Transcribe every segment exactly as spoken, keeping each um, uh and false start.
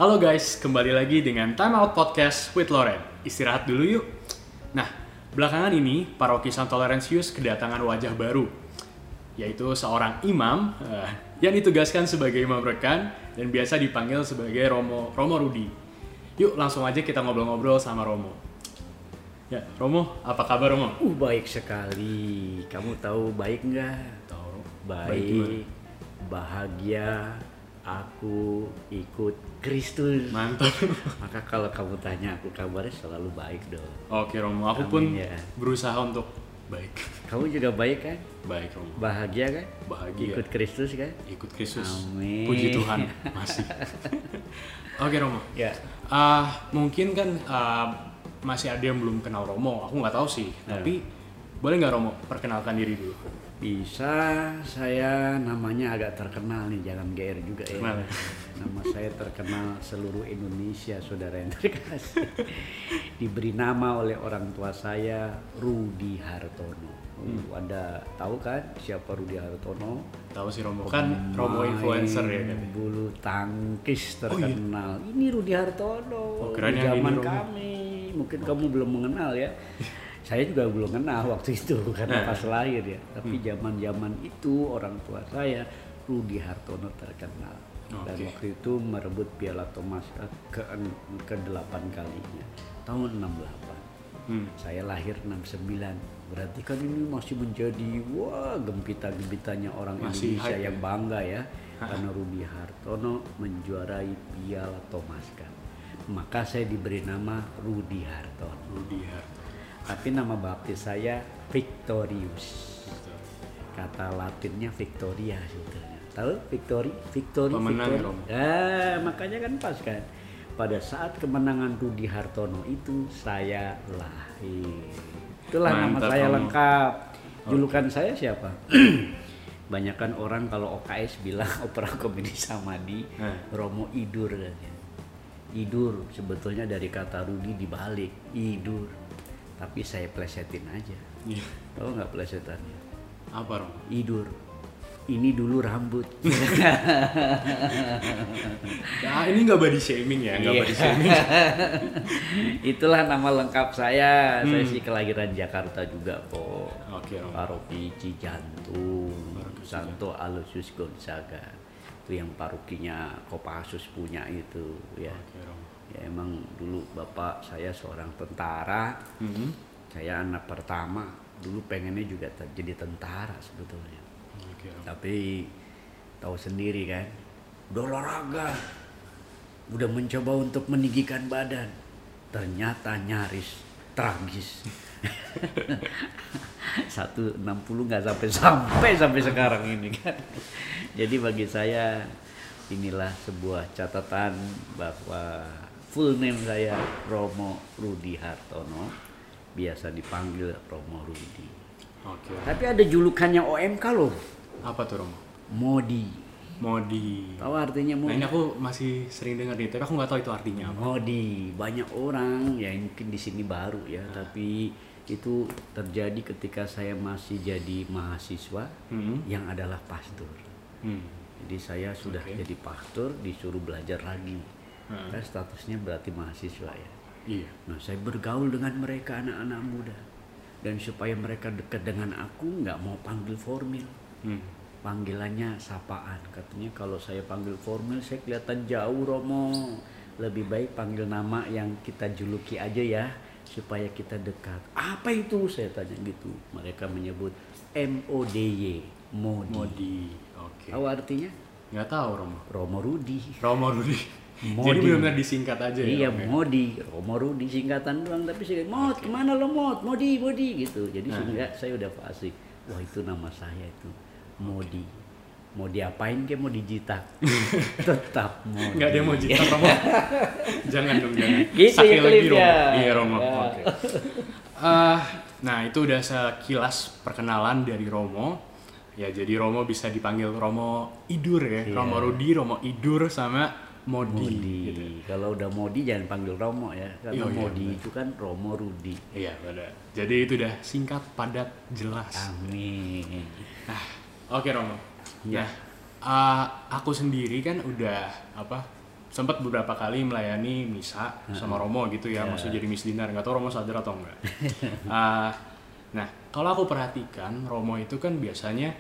Halo guys, kembali lagi dengan Time Out Podcast with Loren. Istirahat dulu yuk. Nah, belakangan ini Paroki Santo Laurentius kedatangan wajah baru, yaitu seorang imam uh, yang ditugaskan sebagai imam rekan dan biasa dipanggil sebagai Romo Romo Rudi. Yuk langsung aja kita ngobrol-ngobrol sama Romo. Ya, Romo, apa kabar Romo? Uh, baik sekali. Kamu tahu baik nggak? Tahu. Baik, bahagia. Aku ikut Kristus. Mantap. Maka kalau kamu tanya aku kabarnya selalu baik dong. Oke Romo, aku Amin, pun ya. berusaha untuk baik. Kamu juga baik kan? Baik Romo. Bahagia kan? Bahagia. Ikut Kristus kan? Ikut Kristus. Amin. Puji Tuhan masih. Oke Romo. Ya. Uh, mungkin kan uh, masih ada yang belum kenal Romo. Aku nggak tahu sih. Ya. Tapi boleh nggak Romo perkenalkan diri dulu? Bisa, saya namanya agak terkenal nih, jangan G R juga ya. Terkenal. Nama saya terkenal seluruh Indonesia, saudara yang terkasih. Diberi nama oleh orang tua saya Rudi Hartono. Hmm. Anda tahu kan siapa Rudi Hartono? Tahu sih Romo, kan Romo influencer ya kan. Bulu tangkis Oh, iya? terkenal. Ini Rudi Hartono. Oh, keren Di yang zaman ini, Romo. kami, mungkin kamu belum mengenal ya. Saya juga belum kenal waktu itu karena pas lahir ya. Tapi zaman-zaman itu orang tua saya Rudi Hartono terkenal. Dan Oke. waktu itu merebut Piala Thomas ke ke delapan kalinya tahun enam delapan. Hmm. Saya lahir enam sembilan. Berarti kan ini masih menjadi wah gempita-gempitanya orang Masih Indonesia hype yang ya? bangga ya. Karena Rudi Hartono menjuarai Piala Thomas Cup. Maka saya diberi nama Rudi Hartono. Rudi Hartono. Tapi nama baptis saya Victorius. Gitu. Kata Latinnya Victoria sebetulnya. Tahu Victory? Victory, Pemenang, Victory. Romo. Ah, makanya kan pas kan. Pada saat kemenangan Rudi Hartono itu saya lahir. Itulah nama Mantap, saya Romo. lengkap. Julukan saya siapa? Banyakan orang kalau O K S bilang Opera Komedi Samadi, Eh. Romo Idur katanya. Idur sebetulnya dari kata Rudi dibalik, Idur. Tapi saya plesetin aja. Iya. Tahu nggak plesetannya? Apa Romo? Idur. Ini dulu rambut. Nah, ini nggak body shaming ya, nggak Iya. body shaming. Itulah nama lengkap saya. Saya Hmm. sih kelahiran Jakarta juga kok. Oke Romo. Paroki Cijantung, Paroki Santo Aloysius Gonzaga. Itu yang parokinya Kopassus punya itu ya. Oke Romo. Ya emang dulu bapak saya seorang tentara. Hmm. Saya anak pertama. Dulu pengennya juga te- jadi tentara sebetulnya. Oke Romo. Tapi tahu sendiri kan, udah olahraga, udah mencoba untuk meninggikan badan, ternyata nyaris tragis. seratus enam puluh nggak sampai sampai sampai sekarang ini kan. Jadi bagi saya inilah sebuah catatan bahwa full name saya Romo Rudi Hartono, biasa dipanggil Romo Rudi. Oke. Tapi ada julukannya O M K loh. Apa tuh Romo? Modi. Modi. Tahu artinya Nah, Modi? ini aku masih sering dengar nih, tapi aku nggak tahu itu artinya apa. Modi. Banyak orang ya mungkin di sini baru ya, tapi itu terjadi ketika saya masih jadi mahasiswa Hmm. yang adalah pastor. Hmm. Jadi saya sudah Oke. jadi pastor, disuruh belajar lagi. Hmm. Kan statusnya berarti mahasiswa ya. Iya. Nah, saya bergaul dengan mereka anak-anak muda. Dan supaya mereka dekat dengan aku nggak mau panggil formal. Hmm. Panggilannya sapaan. Katanya kalau saya panggil formal saya kelihatan jauh Romo. Lebih baik panggil nama yang kita juluki aja ya supaya kita dekat. Apa itu? Saya tanya gitu. Mereka menyebut M O D Y, Modi. Modi. Oke. Tahu artinya? Nggak tahu Romo. Romo Rudi. Romo Rudi. Modi. Jadi benar-benar disingkat aja ya. Iya, Romo, ya? Modi, Romo Rudi singkatan doang tapi saya Mod, kemana lo Mod? Modi, Modi gitu. Jadi Nah. sehingga saya udah fasih. Wah, itu nama saya itu. Modi. Mau diapain kayak mau dijitak? Tetap Modi. Nggak ada yang mau jitak Romo. Jangan dong, jangan. Gitu Sakit ya lagi klip Romo. ya. Iya Romo. Ya. Oke. Eh, nah itu udah sekilas perkenalan dari Romo. Ya jadi Romo bisa dipanggil Romo Idur ya. Iya. Romo Rudi, Romo Idur sama Modi. Modi. Gitu. Kalau udah Modi jangan panggil Romo ya. Karena Iya, iya, Modi benar. itu kan Romo Rudi. Iya benar. Jadi itu udah singkat, padat, jelas. Amin. Oke Romo. Ya. Nah, uh, aku sendiri kan udah apa sempat beberapa kali melayani misa sama Romo gitu ya, Yeah. maksudnya jadi misdinar, nggak tahu Romo sadar atau enggak. uh, nah kalau aku perhatikan Romo itu kan biasanya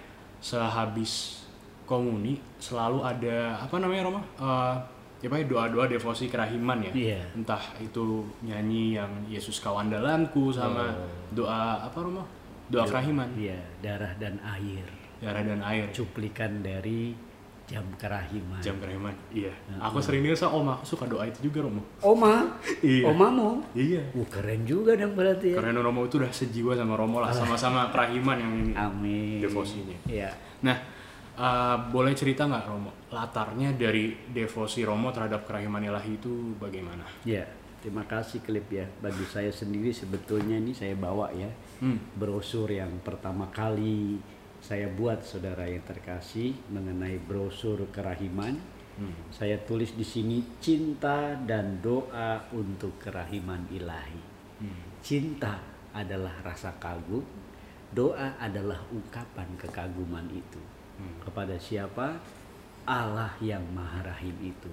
sehabis komuni selalu ada apa namanya Romo, uh, ya Pak, doa-doa devosi kerahiman ya. Iya. Entah itu nyanyi yang Yesus kau andalanku sama Oh. doa apa Romo, doa kerahiman, Iya, darah dan air. darah dan air, Cuplikan dari jam kerahiman. jam kerahiman. Iya. Aku sering dengar sama Om, aku suka doa itu juga Romo. Oma, Iya. omamu. Iya. Uh, keren juga dong berarti ya. Karena Romo itu udah sejiwa sama Romo lah, sama-sama kerahiman yang ini Amin. devosinya. Iya. Nah, uh, boleh cerita nggak Romo, latarnya dari devosi Romo terhadap kerahiman ilahi itu bagaimana? Ya, terima kasih Klip ya. Bagi saya sendiri sebetulnya ini saya bawa ya Hmm. brosur yang pertama kali saya buat saudara yang terkasih mengenai brosur kerahiman. Hmm. Saya tulis di sini cinta dan doa untuk kerahiman ilahi. Hmm. Cinta adalah rasa kagum, doa adalah ungkapan kekaguman itu. Hmm. Kepada siapa? Allah yang Maha Rahim itu.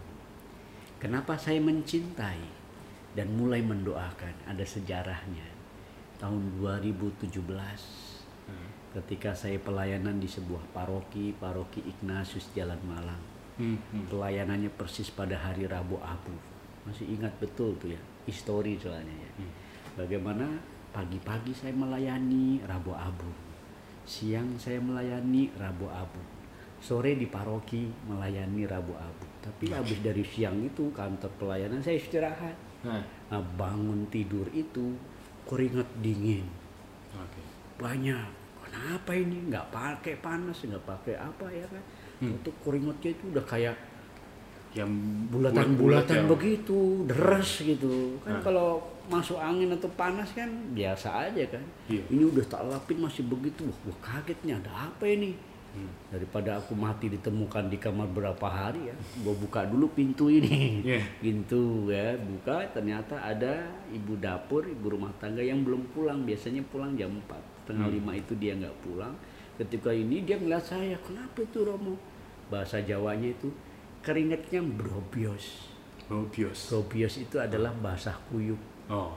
Kenapa saya mencintai dan mulai mendoakan? Ada sejarahnya. Tahun dua ribu tujuh belas Hmm. ketika saya pelayanan di sebuah paroki, paroki Ignatius Jalan Malang. Hmm. Hmm. Pelayanannya persis pada hari Rabu Abu. Masih ingat betul tuh ya, histori soalnya ya. Hmm. Bagaimana pagi-pagi saya melayani Rabu Abu. Siang saya melayani Rabu Abu. Sore di paroki melayani Rabu Abu. Tapi habis dari siang itu kantor pelayanan saya istirahat. Nah, Nah, bangun tidur itu keringat dingin. oke. Banyak. Kenapa ini? Nggak pakai panas, nggak pakai apa ya kan? Hmm. Untuk keringatnya itu udah kayak Yang bulatan-bulatan ya. begitu, deres gitu. Kan Nah. kalau masuk angin atau panas kan biasa aja kan. Iya. Ini udah tak lapin masih begitu. Wah, gua kagetnya ada apa ini? Hmm. Daripada aku mati ditemukan di kamar berapa hari ya, gua buka dulu pintu ini. Iya. Pintu ya, buka ternyata ada ibu dapur, ibu rumah tangga yang belum pulang. Biasanya pulang jam empat, setengah Hmm. lima itu dia nggak pulang. Ketika ini dia ngeliat saya, kenapa itu Romo? Bahasa Jawanya itu keringatnya brobios. Mobius. Brobios itu adalah basah kuyup. Oh.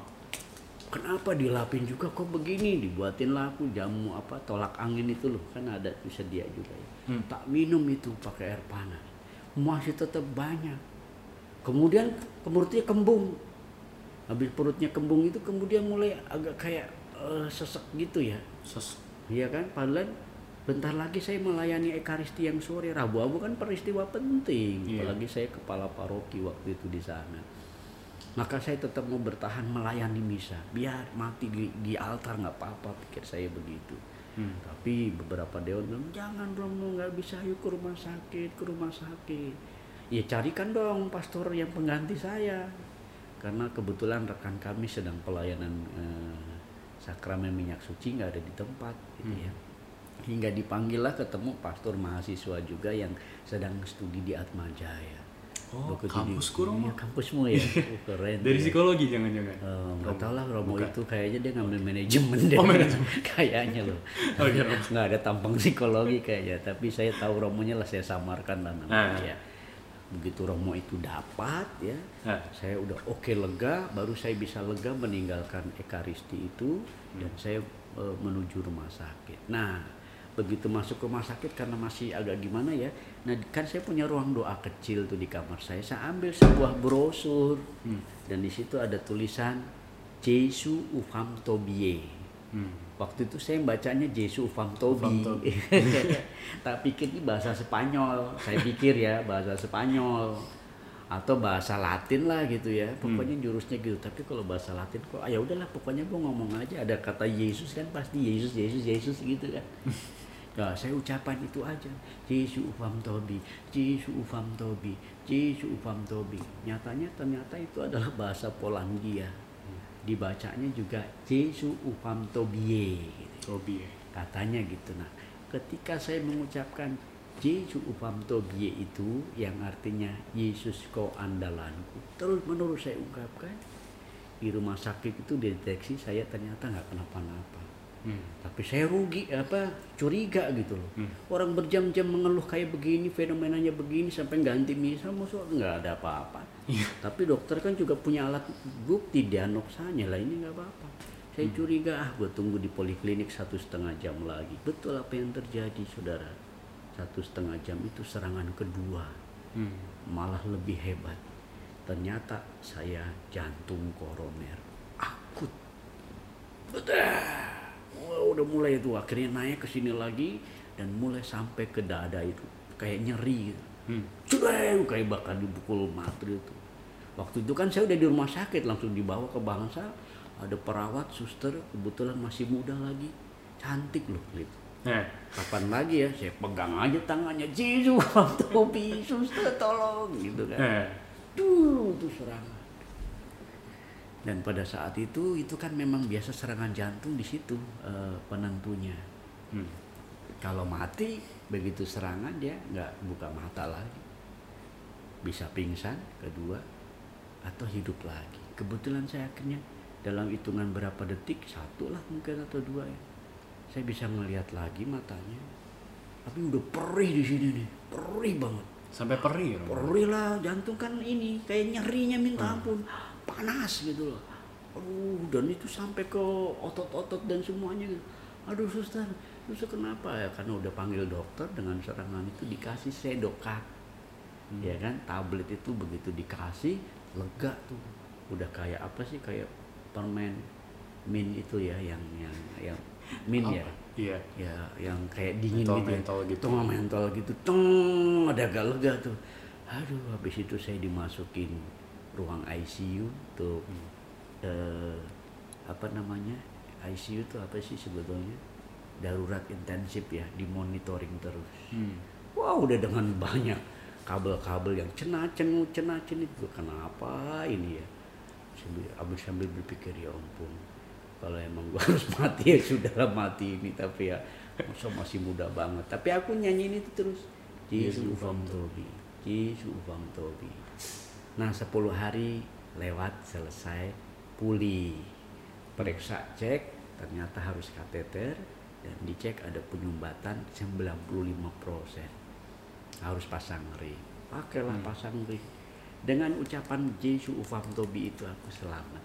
Kenapa dilapin juga kok begini? Dibuatin lah aku jamu apa tolak angin itu loh, kan ada sedia juga ya. Hmm. Tak minum itu pakai air panas. Masih tetap banyak. Kemudian perutnya kembung. Habis perutnya kembung itu kemudian mulai agak kayak eh, sesek gitu ya. Ses. Iya kan? Padahal bentar lagi saya melayani Ekaristi yang sore. Rabu Abu kan peristiwa penting. Iya. Apalagi saya kepala paroki waktu itu di sana. Maka saya tetap mau bertahan melayani misa. Biar mati di, di altar nggak apa-apa, pikir saya begitu. Hmm. Tapi beberapa dewan bilang, jangan Romo, nggak bisa, yuk ke rumah sakit, ke rumah sakit. Ya carikan dong pastor yang pengganti saya. Karena kebetulan rekan kami sedang pelayanan eh, sakramen minyak suci nggak ada di tempat gitu Hmm. ya. Hingga dipanggillah ketemu pastor mahasiswa juga yang sedang studi di Atmajaya. Oh, Waktu itu kampusku di- Romo. Iya, kampusmu ya. Oh, keren. Dari ya. psikologi jangan-jangan. Eh, nggak Romo. tahu lah Romo Bukan. itu kayaknya dia ngambil manajemen deh. Oh, manajemen. Kayaknya loh. Oh, iya, Romo. Nggak ada tampang psikologi kayaknya. Tapi saya tahu Romonya lah, saya samarkan lah namanya. Ah. Ya. Begitu Romo itu dapat ya, Ah. saya udah oke lega, baru saya bisa lega meninggalkan Ekaristi itu dan saya eh, menuju rumah sakit. Nah, begitu masuk rumah sakit karena masih agak gimana ya, nah kan saya punya ruang doa kecil tuh di kamar saya. Saya ambil sebuah brosur Hmm. dan di situ ada tulisan Jesu ufam tobie. Hmm. Waktu itu saya bacanya Jesu ufam tobi. Ufam tobi. Tak pikir ini bahasa Spanyol. Saya pikir ya bahasa Spanyol atau bahasa Latin lah gitu ya. Pokoknya jurusnya gitu. Tapi kalau bahasa Latin kok ah, ya udahlah pokoknya gua ngomong aja, ada kata Yesus kan pasti Yesus Yesus Yesus gitu kan. Nah, saya ucapan itu aja. Jesu ufam tobi, Jesu ufam tobi, Jesu ufam tobi. Nyatanya ternyata itu adalah bahasa Polandia. Dibacanya juga Jesu ufam tobie. Gitu. Tobi. Katanya gitu. Nah, ketika saya mengucapkan Jesu ufam tobie itu yang artinya Yesus kau andalanku, terus menerus saya ungkapkan, di rumah sakit itu deteksi saya ternyata nggak kenapa-napa. Hmm. Tapi saya rugi apa curiga gitu loh. Hmm. Orang berjam-jam mengeluh kayak begini, fenomenanya begini sampai ganti misa, maksudnya nggak ada apa-apa. Iya. Tapi dokter kan juga punya alat bukti diagnosanya lah, ini nggak apa-apa. Saya Hmm. curiga, ah gue tunggu di poliklinik satu setengah jam lagi. Betul apa yang terjadi saudara? Satu setengah jam itu serangan kedua, Hmm. malah lebih hebat. Ternyata saya jantung koroner akut. Betul. Wah, udah mulai itu akhirnya naik ke sini lagi dan mulai sampai ke dada itu kayak nyeri gitu. Hmm. Sudah kayak bakal dipukul mati itu. Waktu itu kan saya udah di rumah sakit, langsung dibawa ke Bangsa. Ada perawat, suster, kebetulan masih muda lagi, cantik loh gitu. Eh. Kapan lagi ya, saya pegang aja tangannya, Jisu, Tobi, suster tolong gitu kan. Eh. Duh, itu serangan. Dan pada saat itu, itu kan memang biasa serangan jantung di situ uh, penentunya. Hmm. Kalau mati, begitu serangan dia nggak buka mata lagi. Bisa pingsan, kedua, atau hidup lagi. Kebetulan saya akhirnya dalam hitungan berapa detik, satu lah mungkin atau dua ya. Saya bisa melihat lagi matanya. Tapi udah perih di sini nih, perih banget. Sampai perih ya? Perih lah, jantung kan ini kayak nyerinya minta ampun. Panas gitu loh. Aduh, dan itu sampai ke otot-otot dan semuanya gitu. Aduh suster, suster kenapa ya? Karena udah panggil dokter dengan serangan itu dikasih sedokat. Hmm. Ya kan, tablet itu begitu dikasih lega tuh. Udah kayak apa sih, kayak permen min itu ya, yang yang yang min ya. Iya. Ya, yang kayak dingin mentol, gitu. Mentol gitu. Tuh, mentol gitu. Teng, ada agak lega tuh. Aduh, habis itu saya dimasukin ruang I C U tuh. Hmm. Eh, apa namanya? I C U tuh apa sih sebetulnya? Darurat intensif ya, dimonitoring terus. Hmm. Wah, wow, udah dengan banyak kabel-kabel yang cenacen cenacen itu. Kenapa ini ya? Sambil, sambil berpikir ya ampun. Kalau emang gua harus mati ya sudahlah mati ini, tapi ya masa masih muda banget. Tapi aku nyanyiin itu terus. Jesu Ufam Tobi, Jesu Ufam Tobi. Nah, sepuluh hari lewat, selesai, pulih. Periksa, cek, ternyata harus kateter dan dicek ada penyumbatan sembilan puluh lima persen. Harus pasang ring. Pakailah hmm. pasang ring. Dengan ucapan Jesu Ufam Tobi itu aku selamat.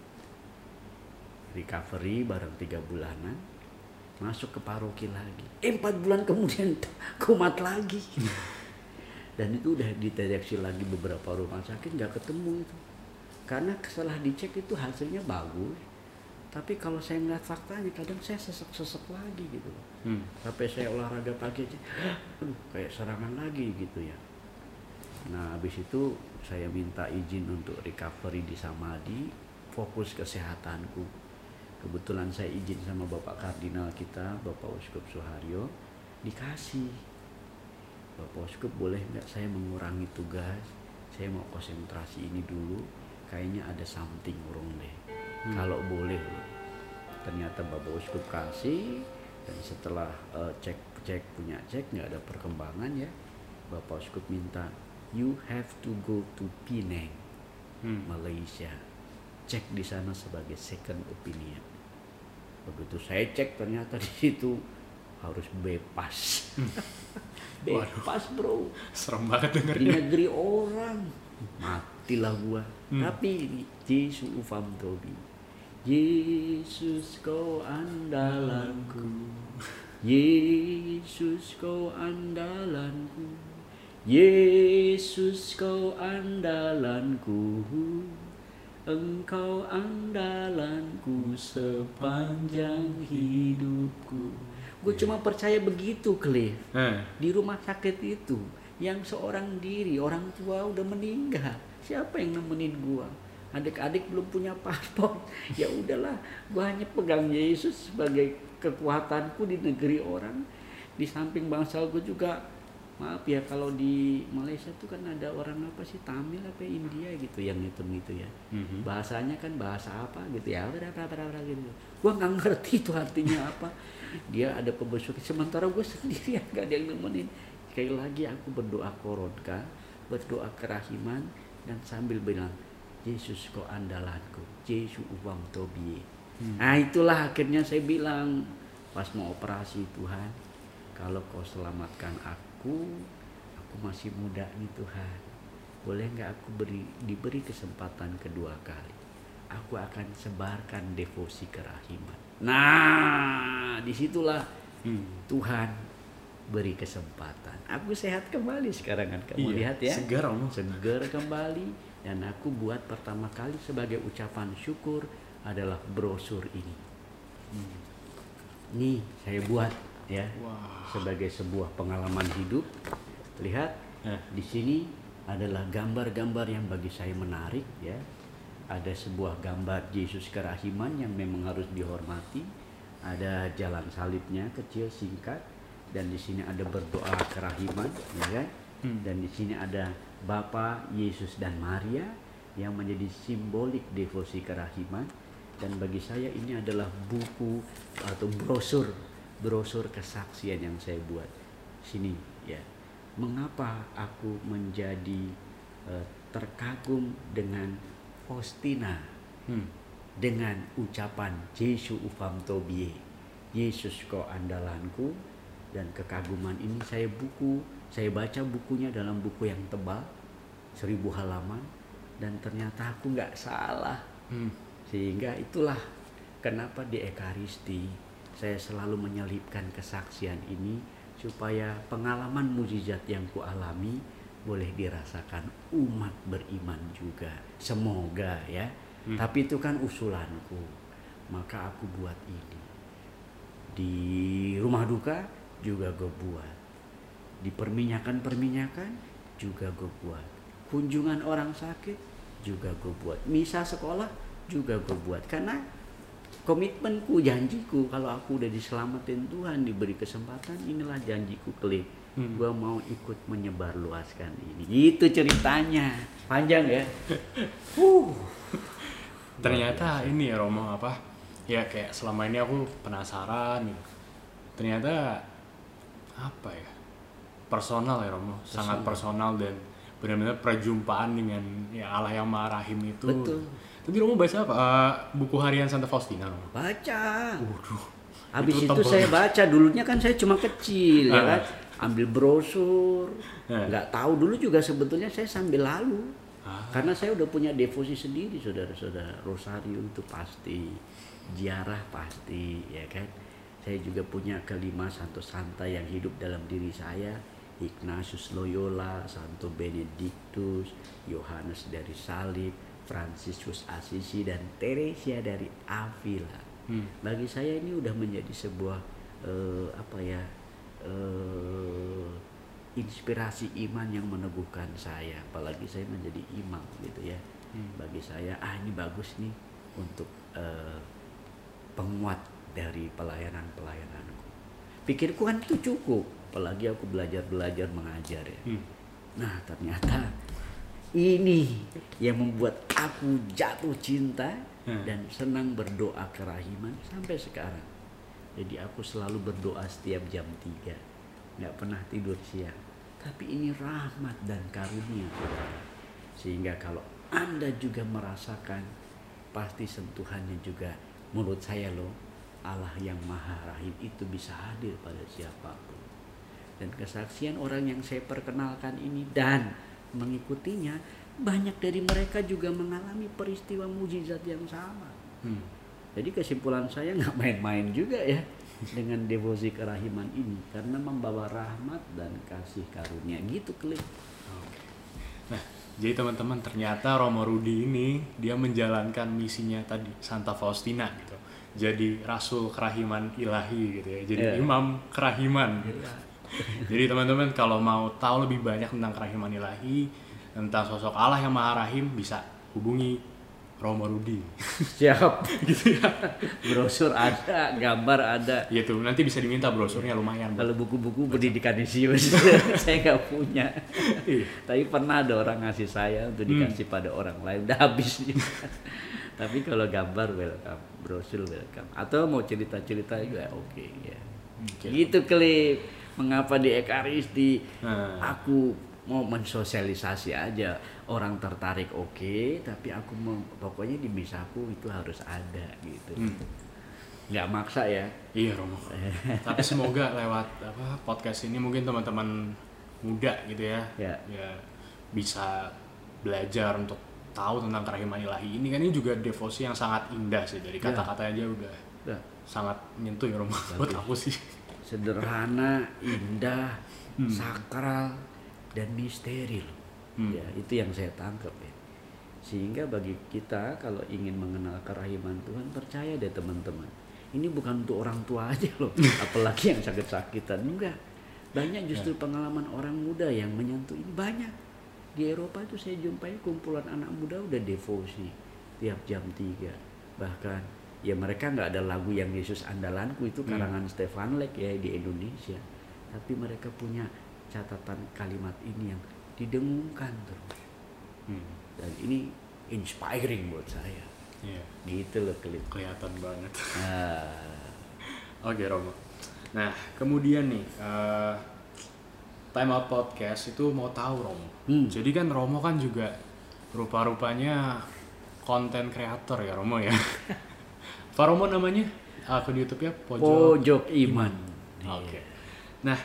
Recovery bareng tiga bulanan, masuk ke paroki lagi. Empat bulan kemudian kumat lagi. Dan itu udah dideteksi lagi beberapa rumah sakit, nggak ketemu itu. Karena setelah dicek itu hasilnya bagus. Tapi kalau saya ngeliat faktanya, kadang saya sesek-sesek lagi gitu. Hmm. Sampai saya olahraga pagi aja, aduh kayak serangan lagi gitu ya. Nah habis itu saya minta izin untuk recovery di Samadhi, fokus kesehatanku. Kebetulan saya izin sama Bapak Kardinal kita, Bapak Uskup Suharyo, dikasih. Bapak Uskup boleh nggak saya mengurangi tugas, saya mau konsentrasi ini dulu, kayaknya ada something wrong deh. Hmm. Kalau boleh loh. Ternyata Bapak Uskup kasih, dan setelah uh, cek cek punya cek nggak ada perkembangan ya, Bapak Uskup minta you have to go to Penang, hmm. Malaysia, cek di sana sebagai second opinion. Begitu saya cek ternyata di situ harus bebas. Hmm. Bebas bro. Serem banget dengernya. Di negeri orang. Matilah gua. Hmm. Tapi Yesus Ufam Tobi. Yesus kau andalanku. Yesus kau andalanku. Yesus kau andalanku. Engkau andalanku sepanjang hidupku. Gue cuma percaya begitu, Cliff. Eh. Di rumah sakit itu, yang seorang diri, orang tua udah meninggal. Siapa yang nemenin gue? Adik-adik belum punya paspor. Ya udahlah, gue hanya pegang Yesus sebagai kekuatanku di negeri orang. Di samping bangsal gue juga, maaf ya kalau di Malaysia tuh kan ada orang apa sih, Tamil apa India gitu yang hitung itu ya. Mm-hmm. Bahasanya kan bahasa apa gitu ya, berapa-berapa gitu. Gue nggak ngerti itu artinya apa. Dia ada pembesuk, sementara gue sendirian gak ada yang nemenin. Sekali lagi aku berdoa koronka, berdoa kerahiman, dan sambil bilang Yesus kau andalanku, Yesus Ufam Tobi. Hmm. Nah itulah akhirnya saya bilang pas mau operasi, Tuhan, kalau kau selamatkan aku, aku masih muda nih Tuhan, boleh nggak aku beri diberi kesempatan kedua kali? Aku akan sebarkan devosi kerahiman. Nah, disitulah hmm. Tuhan beri kesempatan. Aku sehat kembali sekarang kan, kamu iya, lihat ya. Segar, om. Segar kembali. Dan aku buat pertama kali sebagai ucapan syukur adalah brosur ini. Hmm. Nih saya buat ya, wow. Sebagai sebuah pengalaman hidup. Lihat, eh. di sini adalah gambar-gambar yang bagi saya menarik ya. Ada sebuah gambar Yesus kerahiman yang memang harus dihormati. Ada jalan salibnya kecil singkat, dan di sini ada berdoa kerahiman, ya kan? Hmm. Dan di sini ada Bapa, Yesus dan Maria yang menjadi simbolik devosi kerahiman. Dan bagi saya ini adalah buku atau brosur brosur kesaksian yang saya buat. Sini ya. Mengapa aku menjadi uh, terkagum dengan Faustina, hmm. dengan ucapan Jesu ufam tobie, Yesus kau andalanku. Dan kekaguman ini saya buku, saya baca bukunya dalam buku yang tebal, seribu halaman, dan ternyata aku nggak salah. Hmm. Sehingga itulah kenapa di Ekaristi saya selalu menyelipkan kesaksian ini, supaya pengalaman mukjizat yang kualami boleh dirasakan umat beriman juga. Semoga ya. Hmm. Tapi itu kan usulanku. Maka aku buat ini. Di rumah duka juga gue buat. Di perminyakan-perminyakan juga gue buat. Kunjungan orang sakit juga gue buat. Misa sekolah juga gue buat. Karena komitmenku, janjiku, kalau aku udah diselamatin Tuhan, diberi kesempatan, inilah janjiku kelip. Hmm. Gue mau ikut menyebarluaskan ini. Itu ceritanya. Panjang ya. uh. Ternyata ini ya Romo, apa? Ya kayak selama ini aku penasaran gitu. Ternyata apa ya, personal ya Romo, personal. Sangat personal dan benar-benar perjumpaan dengan ya Allah yang Maha Rahim itu. Betul. Tapi Romo baca apa? Uh, buku harian Santa Faustina Romo? Baca. Waduh. Habis itu, itu saya baca, dulunya kan saya cuma kecil ya kan, ambil brosur, nggak tahu dulu juga sebetulnya saya sambil lalu. Ah. Karena saya udah punya devosi sendiri, saudara-saudara. Rosario itu pasti, ziarah pasti, ya kan. Saya juga punya kelima Santo Santa yang hidup dalam diri saya. Ignatius Loyola, Santo Benedictus, Yohanes dari Salib, Fransiskus Assisi, dan Teresia dari Avila. Hmm. Bagi saya ini udah menjadi sebuah uh, apa ya uh, inspirasi iman yang meneguhkan saya. Apalagi saya menjadi imam gitu ya. Hmm. Bagi saya, ah ini bagus nih untuk uh, penguat dari pelayanan-pelayananku. Pikirku kan itu cukup, apalagi aku belajar-belajar mengajar ya. Hmm. Nah ternyata ini yang membuat aku jatuh cinta hmm. dan senang berdoa kerahiman sampai sekarang. Jadi aku selalu berdoa setiap jam tiga, gak pernah tidur siang. Tapi ini rahmat dan karunia, sehingga kalau Anda juga merasakan, pasti sentuhannya juga menurut saya loh, Allah yang Maha Rahim itu bisa hadir pada siapapun. Dan kesaksian orang yang saya perkenalkan ini dan mengikutinya, banyak dari mereka juga mengalami peristiwa mukjizat yang sama. Hmm. Jadi kesimpulan saya nggak main-main juga ya dengan devosi kerahiman ini, karena membawa rahmat dan kasih karunia gitu Klik. Oke. Nah, jadi teman-teman, ternyata Romo Rudi ini dia menjalankan misinya tadi Santa Faustina gitu. Jadi rasul kerahiman ilahi gitu ya. Jadi yeah. imam kerahiman gitu. Yeah. Jadi teman-teman kalau mau tahu lebih banyak tentang kerahiman ilahi, tentang sosok Allah yang Maha Rahim, bisa hubungi Romo Rudi. Siap. Gitu ya. Brosur ada, gambar ada. Iya tuh, nanti bisa diminta brosurnya, lumayan. Kalau buku-buku pendidikan Isius saya nggak punya. Tapi pernah ada orang ngasih saya untuk dikasih hmm. pada orang lain, udah habis. Tapi kalau gambar welcome, brosur welcome. Atau mau cerita-cerita juga oke okay, ya. Okay. Gitu Klip. Mengapa di Ekaristi hmm. aku mau mensosialisasi aja, orang tertarik oke, okay, tapi aku mau pokoknya di misaku itu harus ada gitu. Hmm. nggak maksa ya. Iya Romo. Tapi semoga lewat apa podcast ini mungkin teman-teman muda gitu ya, ya, ya bisa belajar untuk tahu tentang kerahiman ilahi ini kan. Ini juga devosi yang sangat indah sih, dari kata-kata aja udah ya. sangat menyentuh ya Romo buat aku sih. Sederhana, indah, hmm. sakral dan misteri loh. Hmm. Ya, itu yang saya tangkap ya. Sehingga bagi kita kalau ingin mengenal kerahiman Tuhan, percaya deh teman-teman. Ini bukan untuk orang tua aja loh, apalagi yang sakit-sakitan. Enggak. Banyak justru ya. Pengalaman orang muda yang menyentuh ini banyak. Di Eropa itu saya jumpai kumpulan anak muda udah devosi tiap jam tiga. Bahkan ya mereka nggak ada lagu yang Yesus andalanku itu karangan hmm. Stefan Leck ya di Indonesia. Tapi mereka punya catatan kalimat ini yang didengungkan terus. Hmm. Dan ini inspiring buat saya. Iya. Gitu loh Kelip. Kelihatan banget. Ah. Oke Romo. Nah kemudian nih uh, Time Out Podcast itu mau tahu Romo. Hmm. Jadi kan Romo kan juga rupa-rupanya konten kreator ya Romo ya. Pak Romo namanya akun YouTube ya Pojok, Pojok Iman. Oke. Okay. Nah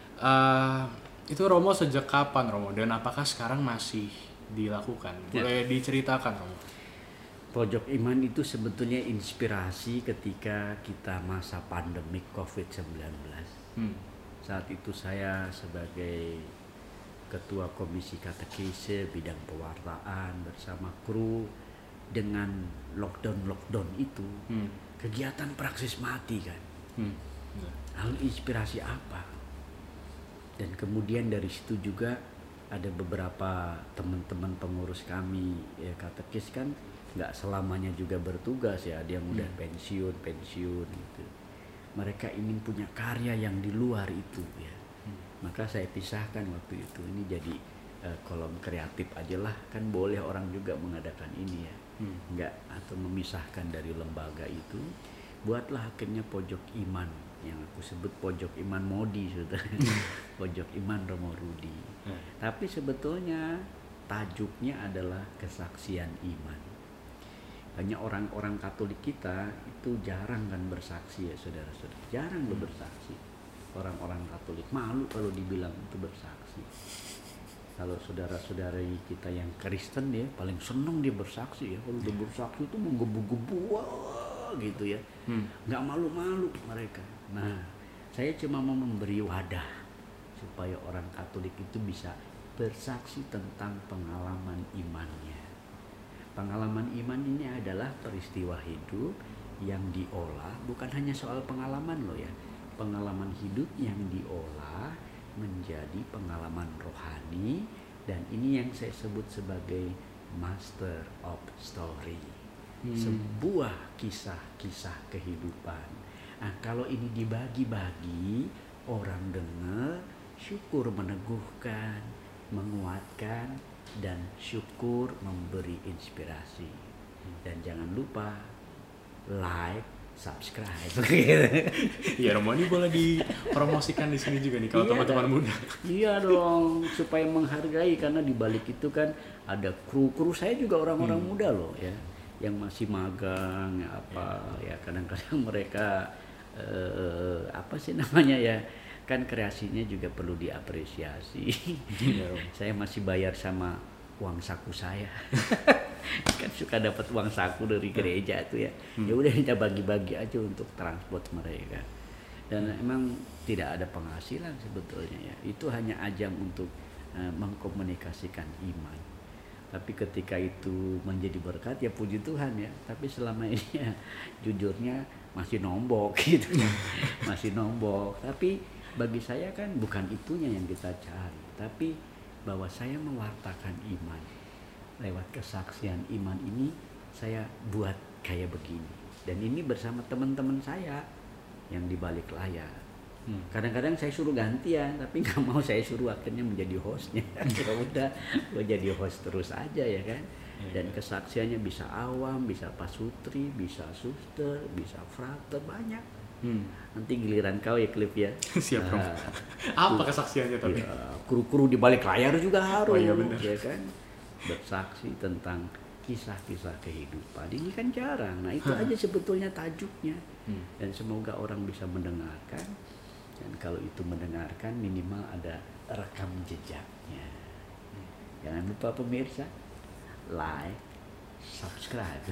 uh, itu Romo sejak kapan Romo, dan apakah sekarang masih dilakukan? Boleh ya. Diceritakan Romo. Pojok Iman itu sebetulnya inspirasi ketika kita masa pandemik covid sembilan belas. Hmm. Saat itu saya sebagai ketua komisi katekese bidang pewartaan bersama kru, dengan lockdown-lockdown itu, hmm. kegiatan praksis mati kan. Hmm. Lalu inspirasi apa? Dan kemudian dari situ juga ada beberapa teman-teman pengurus kami, ya katekis kan nggak selamanya juga bertugas ya, dia udah hmm. pensiun pensiun gitu. Mereka ingin punya karya yang di luar itu ya. Hmm. Maka saya pisahkan waktu itu, ini jadi uh, kolom kreatif aja lah, kan boleh orang juga mengadakan ini ya. Hmm. Nggak, atau memisahkan dari lembaga itu. Buatlah akhirnya Pojok Iman yang aku sebut Pojok Iman Modi sudah. Pojok Iman Romo Rudi. Hmm. Tapi sebetulnya tajuknya adalah kesaksian iman. Hanya orang-orang Katolik kita itu jarang kan bersaksi ya saudara-saudara. Jarang hmm. bersaksi. Orang-orang Katolik malu kalau dibilang itu bersaksi. Kalau saudara-saudari kita yang Kristen ya paling seneng dia bersaksi ya. Kalau dia bersaksi itu menggebu-gebu wah gitu ya. Hmm. Nggak malu-malu mereka. Nah, saya cuma mau memberi wadah supaya orang Katolik itu bisa bersaksi tentang pengalaman imannya. Pengalaman iman ini adalah peristiwa hidup yang diolah, bukan hanya soal pengalaman loh ya. Pengalaman hidup yang diolah menjadi pengalaman rohani, dan ini yang saya sebut sebagai master of story. Hmm. Sebuah kisah-kisah kehidupan. Nah, kalau ini dibagi-bagi, orang dengar, syukur meneguhkan, menguatkan, dan syukur memberi inspirasi. Dan jangan lupa like, subscribe. Iya, Romo ini boleh dipromosikan di sini juga nih kalau iya, teman-teman muda. Iya dong, supaya menghargai, karena di balik itu kan ada kru-kru saya juga orang-orang hmm. muda loh ya, yang masih magang apa ya, kadang-kadang mereka eh, apa sih namanya ya, kan kreasinya juga perlu diapresiasi. Ya, saya masih bayar sama uang saku saya. Kan suka dapat uang saku dari gereja tuh ya. Hmm. Ya udah kita bagi-bagi aja untuk transport mereka. Dan emang tidak ada penghasilan sebetulnya ya. Itu hanya ajang untuk uh, mengkomunikasikan iman. Tapi ketika itu menjadi berkat ya puji Tuhan ya. Tapi selama ini ya jujurnya masih nombok gitu. Masih nombok. Tapi bagi saya kan bukan itunya yang kita cari, tapi bahwa saya mewartakan iman. Lewat kesaksian iman ini saya buat kayak begini. Dan ini bersama teman-teman saya yang di balik layar. Hmm. Kadang-kadang saya suruh gantian, tapi nggak mau, saya suruh akhirnya menjadi hostnya. Ya udah, gue jadi host terus aja ya kan. Dan kesaksiannya bisa awam, bisa pasutri, bisa suster, bisa frater, banyak. Hmm. Nanti giliran kau ya Clip ya. Siap Bro. Nah, apa kesaksiannya tapi? Ya, kru-kru di balik layar juga harus, oh, iya benar. Ya kan, bersaksi tentang kisah-kisah kehidupan. Ini kan jarang. Nah itu aja sebetulnya tajuknya. Hmm. Dan semoga orang bisa mendengarkan. Dan kalau itu mendengarkan minimal ada rekam jejaknya. Hmm. Jangan lupa pemirsa, like, subscribe.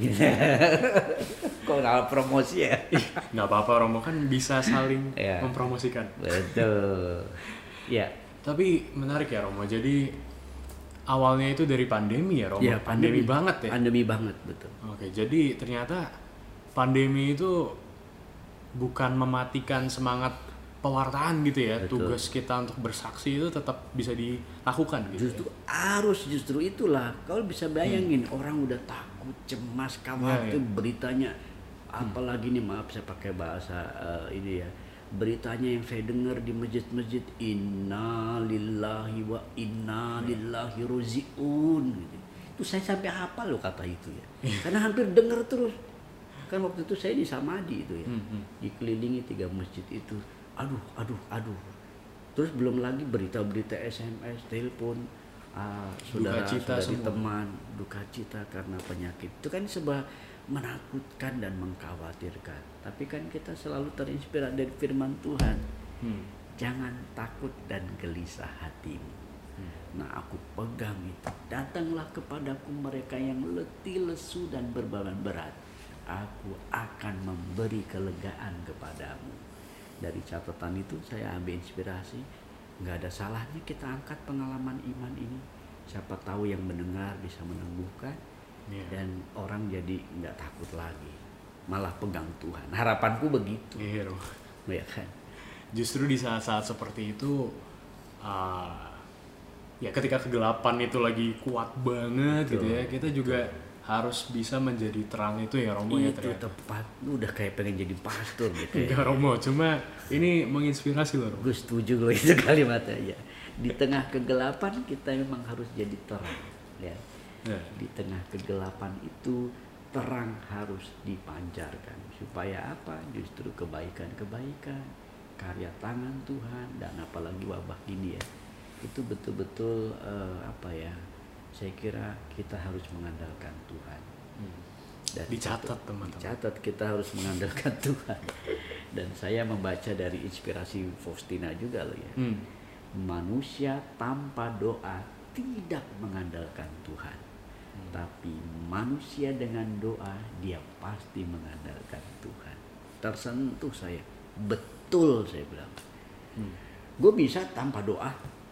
Kok nggak promosi ya? Nggak apa-apa Romo, kan bisa saling ya. mempromosikan. Betul. Ya. Tapi menarik ya Romo. Jadi awalnya itu dari pandemi ya Romo. Ya, pandemi, pandemi banget ya. Pandemi banget betul. Oke, jadi ternyata pandemi itu bukan mematikan semangat pewartaan gitu ya. Betul. Tugas kita untuk bersaksi itu tetap bisa dilakukan gitu. Justru ya? Harus justru itulah. Kalau bisa bayangin hmm. orang udah takut, cemas, khawatir ya, ya. beritanya. Apalagi hmm. nih maaf saya pakai bahasa uh, ini ya. Beritanya yang saya dengar di masjid-masjid, inna lillahi wa inna lillahi roji'un gitu. Itu saya sampai hafal loh kata itu ya. Karena hampir dengar terus. Kan waktu itu saya di Samadhi itu ya. Hmm. Dikelilingi tiga masjid itu. Aduh, aduh, aduh. Terus belum lagi berita-berita S M S, telepon, uh, saudara, saudari teman, duka cita karena penyakit. Itu kan sebuah menakutkan dan mengkhawatirkan. Tapi kan kita selalu terinspirasi dari firman Tuhan. Hmm. Jangan takut dan gelisah hatimu. Hmm. Nah aku pegang itu. Datanglah kepadaku mereka yang letih, lesu dan berbeban berat. Aku akan memberi kelegaan kepadamu. Dari catatan itu saya ambil inspirasi. Nggak ada salahnya kita angkat pengalaman iman ini. Siapa tahu yang mendengar bisa menumbuhkan. Yeah. Dan orang jadi nggak takut lagi, malah pegang Tuhan. Harapanku begitu. Iya, yeah, ya kan. Justru di saat-saat seperti itu, uh, ya ketika kegelapan itu lagi kuat banget betul, gitu ya, kita juga betul. harus bisa menjadi terang itu ya Romo ya. Itu tepat. Lu udah kayak pengen jadi pastor gitu. Enggak ya. Romo, cuma ini menginspirasi loh. Gue setuju loh itu kalimatnya ya. Di tengah kegelapan kita memang harus jadi terang. Ya. Yeah. Di tengah kegelapan itu terang harus dipancarkan supaya apa? Justru kebaikan-kebaikan, karya tangan Tuhan dan apalagi wabah ini ya. Itu betul-betul uh, apa ya? Saya kira kita harus mengandalkan Tuhan. Hmm. Dan dicatat teman-teman. Dicatat kita harus mengandalkan Tuhan. Dan saya membaca dari inspirasi Faustina juga loh ya. Hmm. Manusia tanpa doa tidak mengandalkan Tuhan. Tapi manusia dengan doa dia pasti mengandalkan Tuhan. Tersentuh saya, betul saya bilang. Hmm. Gue bisa tanpa doa,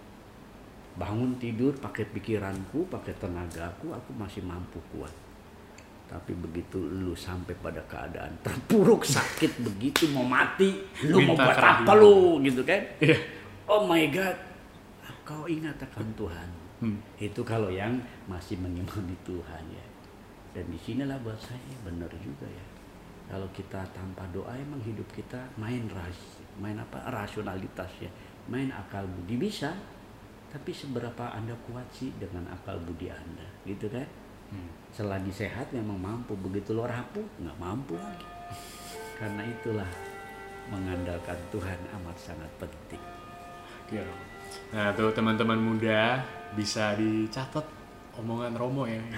bangun tidur pakai pikiranku, pakai tenagaku, aku masih mampu kuat. Tapi begitu lu sampai pada keadaan terpuruk, sakit begitu mau mati, lu mau buat apa lu gitu kan? Yeah. Oh my God, kau ingat akan Tuhan. Hmm. Itu kalau yang masih mengimani Tuhan ya. Dan disinilah buat saya benar juga ya. Kalau kita tanpa doa emang hidup kita main ras, main apa rasionalitas ya, main akal budi bisa. Tapi seberapa Anda kuat sih dengan akal budi Anda, gitu kan? Hmm. Selagi sehat memang mampu, begitu lo rapuh nggak mampu lagi. Karena itulah mengandalkan Tuhan amat sangat penting. Oke. Nah tuh teman-teman muda bisa dicatat omongan Romo ya.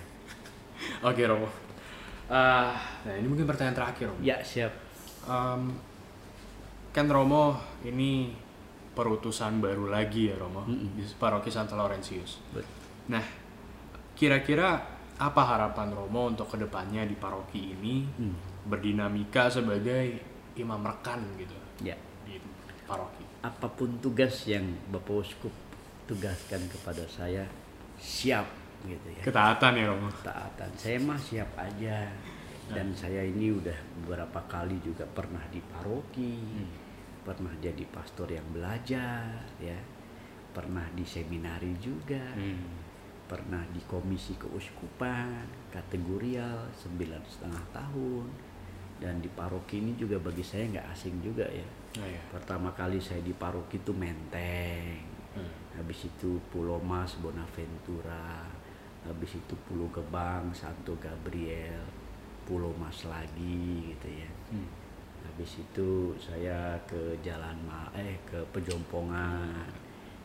Oke Romo. Uh, nah ini mungkin pertanyaan terakhir Romo. Ya siap. Um, kan Romo ini perutusan baru lagi ya Romo mm-hmm. di Paroki Santo Laurentius. Betul. Nah kira-kira apa harapan Romo untuk kedepannya di paroki ini mm. berdinamika sebagai imam rekan gitu ya. Di paroki? Apapun tugas yang Bapak Uskup tugaskan kepada saya, siap gitu ya. Ketaatan ya Romo? Ketaatan, saya mah siap aja. Dan nah. saya ini udah beberapa kali juga pernah di paroki, hmm. pernah jadi pastor yang belajar ya, pernah di seminari juga, hmm. pernah di komisi keuskupan, kategorial sembilan setengah tahun. Dan di paroki ini juga bagi saya nggak asing juga ya. Oh, iya. Pertama kali saya di paroki itu Menteng, hmm. habis itu Pulau Mas Bonaventura, habis itu Pulau Gebang Santo Gabriel, Pulau Mas lagi gitu ya. Hmm. Habis itu saya ke Jalan Ma eh ke Pejompongan,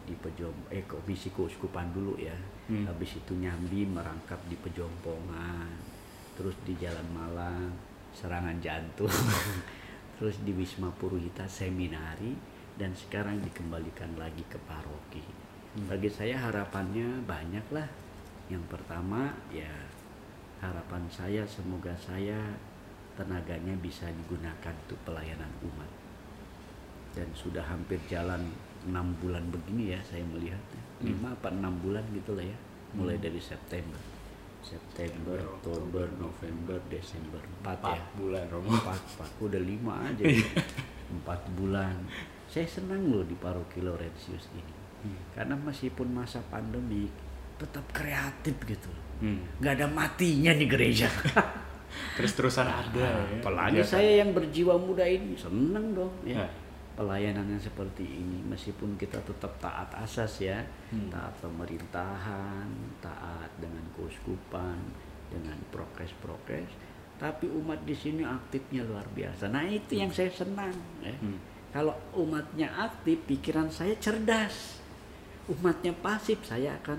di Pejom eh komisi keuskupan dulu ya. Hmm. Habis itu nyambi merangkap di Pejompongan, terus di Jalan Malang serangan jantung, terus di Wisma Puruhita seminari, dan sekarang dikembalikan lagi ke paroki. Hmm. Bagi saya harapannya banyak lah. Yang pertama ya harapan saya semoga saya tenaganya bisa digunakan untuk pelayanan umat. Dan sudah hampir jalan enam bulan begini ya saya melihatnya. lima apa enam bulan gitu lah ya. Mulai hmm. dari September. September, Oktober, November, Desember. empat ya. bulan Romo. empat, empat. Udah lima aja. empat bulan. Saya senang loh di paroki Laurentius ini. Hmm. Karena meskipun masa pandemi tetap kreatif gitu. Hmm. Gak ada matinya nih gereja. Terus-terusan ada nah, ya. Apalagi saya yang berjiwa muda ini senang dong ya. Nah. Pelayanan yang seperti ini meskipun kita tetap taat asas ya, hmm. taat pemerintahan, taat dengan keuskupan, dengan prokes-prokes, tapi umat di sini aktifnya luar biasa. Nah itu hmm. yang saya senang ya. Hmm. Kalau umatnya aktif, pikiran saya cerdas. Umatnya pasif, saya akan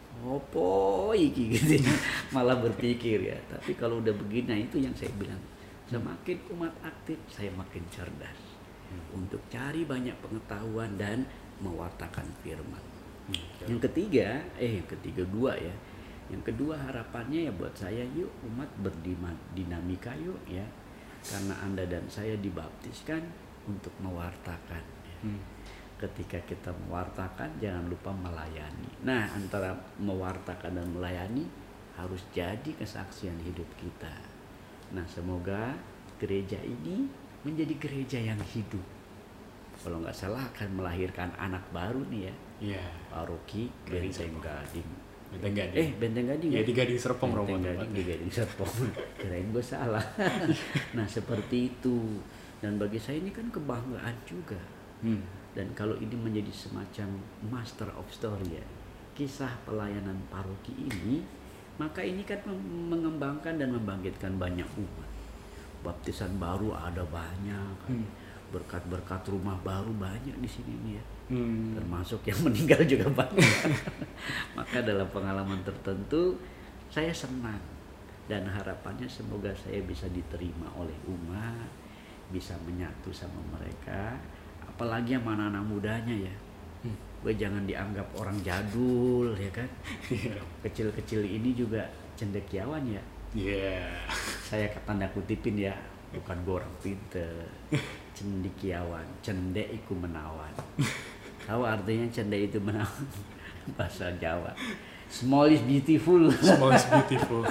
opo iki gitu ya. Malah berpikir ya. Tapi kalau udah begini, nah itu yang saya bilang. Semakin umat aktif, saya makin cerdas. Hmm. Untuk cari banyak pengetahuan dan mewartakan firman. Hmm. Yang ketiga, eh yang ketiga dua ya. Yang kedua harapannya ya buat saya, yuk umat berdinamika yuk ya. Karena Anda dan saya dibaptiskan untuk mewartakan. Ya. Hmm. Ketika kita mewartakan jangan lupa melayani. Nah antara mewartakan dan melayani harus jadi kesaksian hidup kita. Nah semoga gereja ini menjadi gereja yang hidup. Kalau nggak salah akan melahirkan anak baru nih ya. Iya. Paroki Benteng Gading. Benteng Gading. Eh Benteng Gading ya? Ya di Gading Serpong Romo. Benteng Gading di Gading Serpong. Kirain gue salah. Nah seperti itu. Dan bagi saya ini kan kebanggaan juga. Hmm. Dan kalau ini menjadi semacam master of story ya, kisah pelayanan paroki ini, maka ini kan mengembangkan dan membangkitkan banyak umat. Baptisan baru ada banyak, hmm. berkat-berkat rumah baru banyak di sini nih ya, hmm. termasuk yang meninggal juga banyak. Maka dalam pengalaman tertentu saya senang dan harapannya semoga saya bisa diterima oleh umat, bisa menyatu sama mereka, apalagi yang mana anak mudanya ya. Hmm. Gue jangan dianggap orang jadul ya kan. Kecil-kecil ini juga cendekiawan ya. Iya. Yeah. Saya tanda kutipin ya, bukan gue orang pinter. Cendekiawan, cendek iku menawan. Tahu artinya cendek itu menawan? Bahasa Jawa. Small is beautiful. Small is beautiful.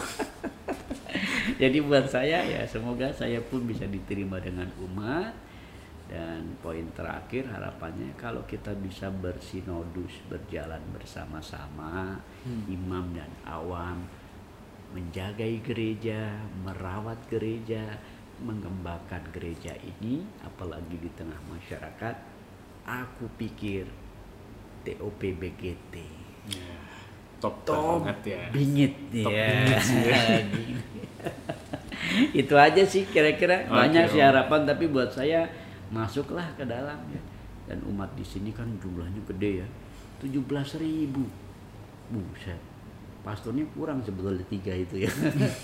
Jadi buat saya ya semoga saya pun bisa diterima dengan umat. Dan poin terakhir harapannya kalau kita bisa bersinodus, berjalan bersama-sama, hmm. imam dan awam, menjaga gereja, merawat gereja, mengembangkan gereja ini, apalagi di tengah masyarakat, aku pikir T O P B G T. Ya, top, top banget ya. Bingit top ya. Bingit sih ya. Itu aja sih kira-kira. Banyak okay, sih harapan, tapi buat saya masuklah ke dalam ya. Dan umat di sini kan jumlahnya gede ya. tujuh belas ribu. Buset. Pastornya kurang sebetulnya tiga itu ya.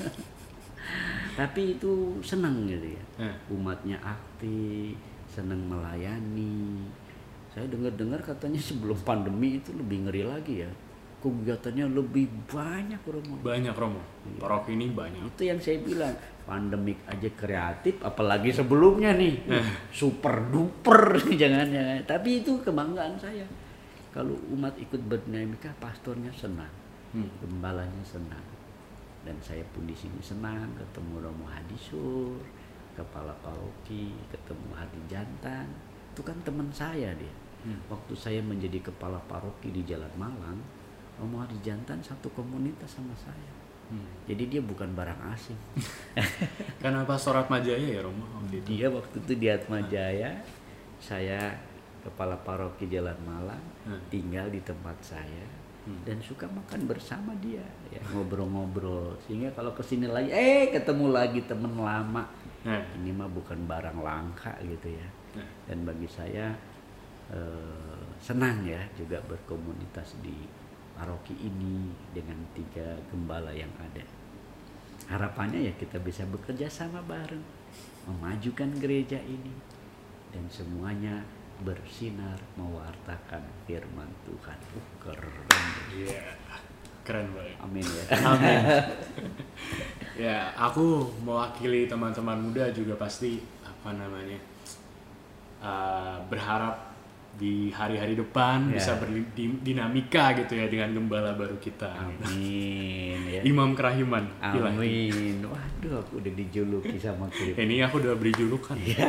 Tapi itu senang gitu ya. Umatnya aktif, senang melayani. Saya dengar-dengar katanya sebelum pandemi itu lebih ngeri lagi ya. Kegiatannya lebih banyak Romo. Banyak Romo. Paroki ini banyak. Itu yang saya bilang, pandemik aja kreatif, apalagi sebelumnya nih. Super duper jangan ya. Tapi itu kebanggaan saya. Kalau umat ikut berdinamika, pastornya senang. Hmm. Gembalanya senang, dan saya pun di sini senang ketemu Romo Hadisur, kepala paroki, ketemu Hadi Jantan, itu kan teman saya dia. Hmm. Waktu saya menjadi kepala paroki di Jalan Malang, Romo Hadi Jantan satu komunitas sama saya. Hmm. Jadi dia bukan barang asing. Karena Pastor Atmajaya ya Romo? Dia waktu itu di Atmajaya, saya kepala paroki Jalan Malang, hmm. tinggal di tempat saya. Hmm. Dan suka makan bersama dia ya, ngobrol-ngobrol sehingga kalau kesini lagi eh ketemu lagi temen lama. Nah. Ini mah bukan barang langka gitu ya. Nah. Dan bagi saya uh, senang ya juga berkomunitas di paroki ini dengan tiga gembala yang ada. Harapannya ya kita bisa bekerja sama bareng, memajukan gereja ini, dan semuanya bersinar mewartakan firman Tuhan. Uh, keren. Iya, yeah. Keren banget. Amin ya. Amin. Ya, aku mewakili teman-teman muda juga pasti apa namanya uh, berharap di hari-hari depan yeah. bisa berdinamika gitu ya dengan gembala baru kita. Amin. Ya. Imam Kerahiman. Amin. Waduh, aku udah dijuluki sama Klip. Ini aku udah beri julukan. Yeah.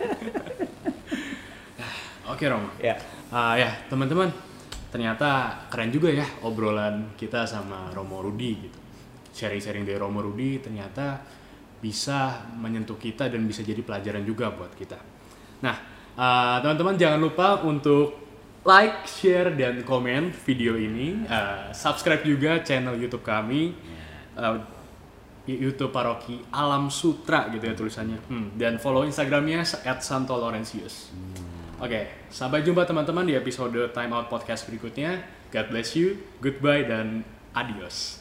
Oke Romo. Ya. Uh, ya teman-teman, ternyata keren juga ya obrolan kita sama Romo Rudi gitu. Sharing-sharing dari Romo Rudi ternyata bisa menyentuh kita dan bisa jadi pelajaran juga buat kita. Nah, uh, teman-teman jangan lupa untuk like, share, dan komen video ini. Uh, subscribe juga channel YouTube kami. Uh, YouTube Paroki Alam Sutra gitu ya tulisannya. Hmm. Dan follow Instagramnya at santo laurentius. Hmm. Oke, okay, sampai jumpa teman-teman di episode Time Out Podcast berikutnya. God bless you, goodbye, dan adios.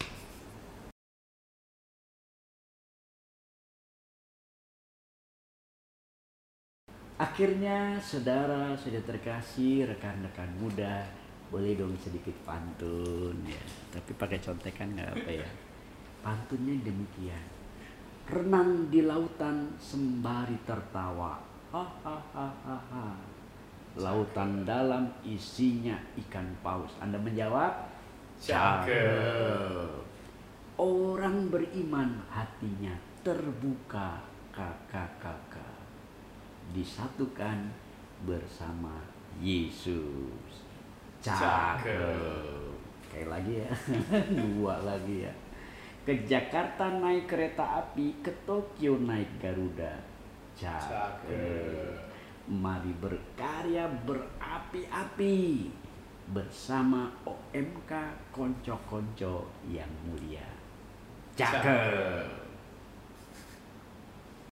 Akhirnya, saudara sudah terkasih, rekan-rekan muda, boleh dong sedikit pantun ya. Tapi pakai contekan nggak apa ya. Pantunnya demikian. Renang di lautan sembari tertawa. Hahaha. Lautan dalam isinya ikan paus. Anda menjawab? Cakep. Orang beriman hatinya terbuka, kakak-kakak. Disatukan bersama Yesus. Cakep. Kayak lagi ya. Dua lagi ya. Ke Jakarta naik kereta api, ke Tokyo naik Garuda. Cakep. Mari berkarya berapi-api bersama O M K konco-konco yang mulia. Cakep.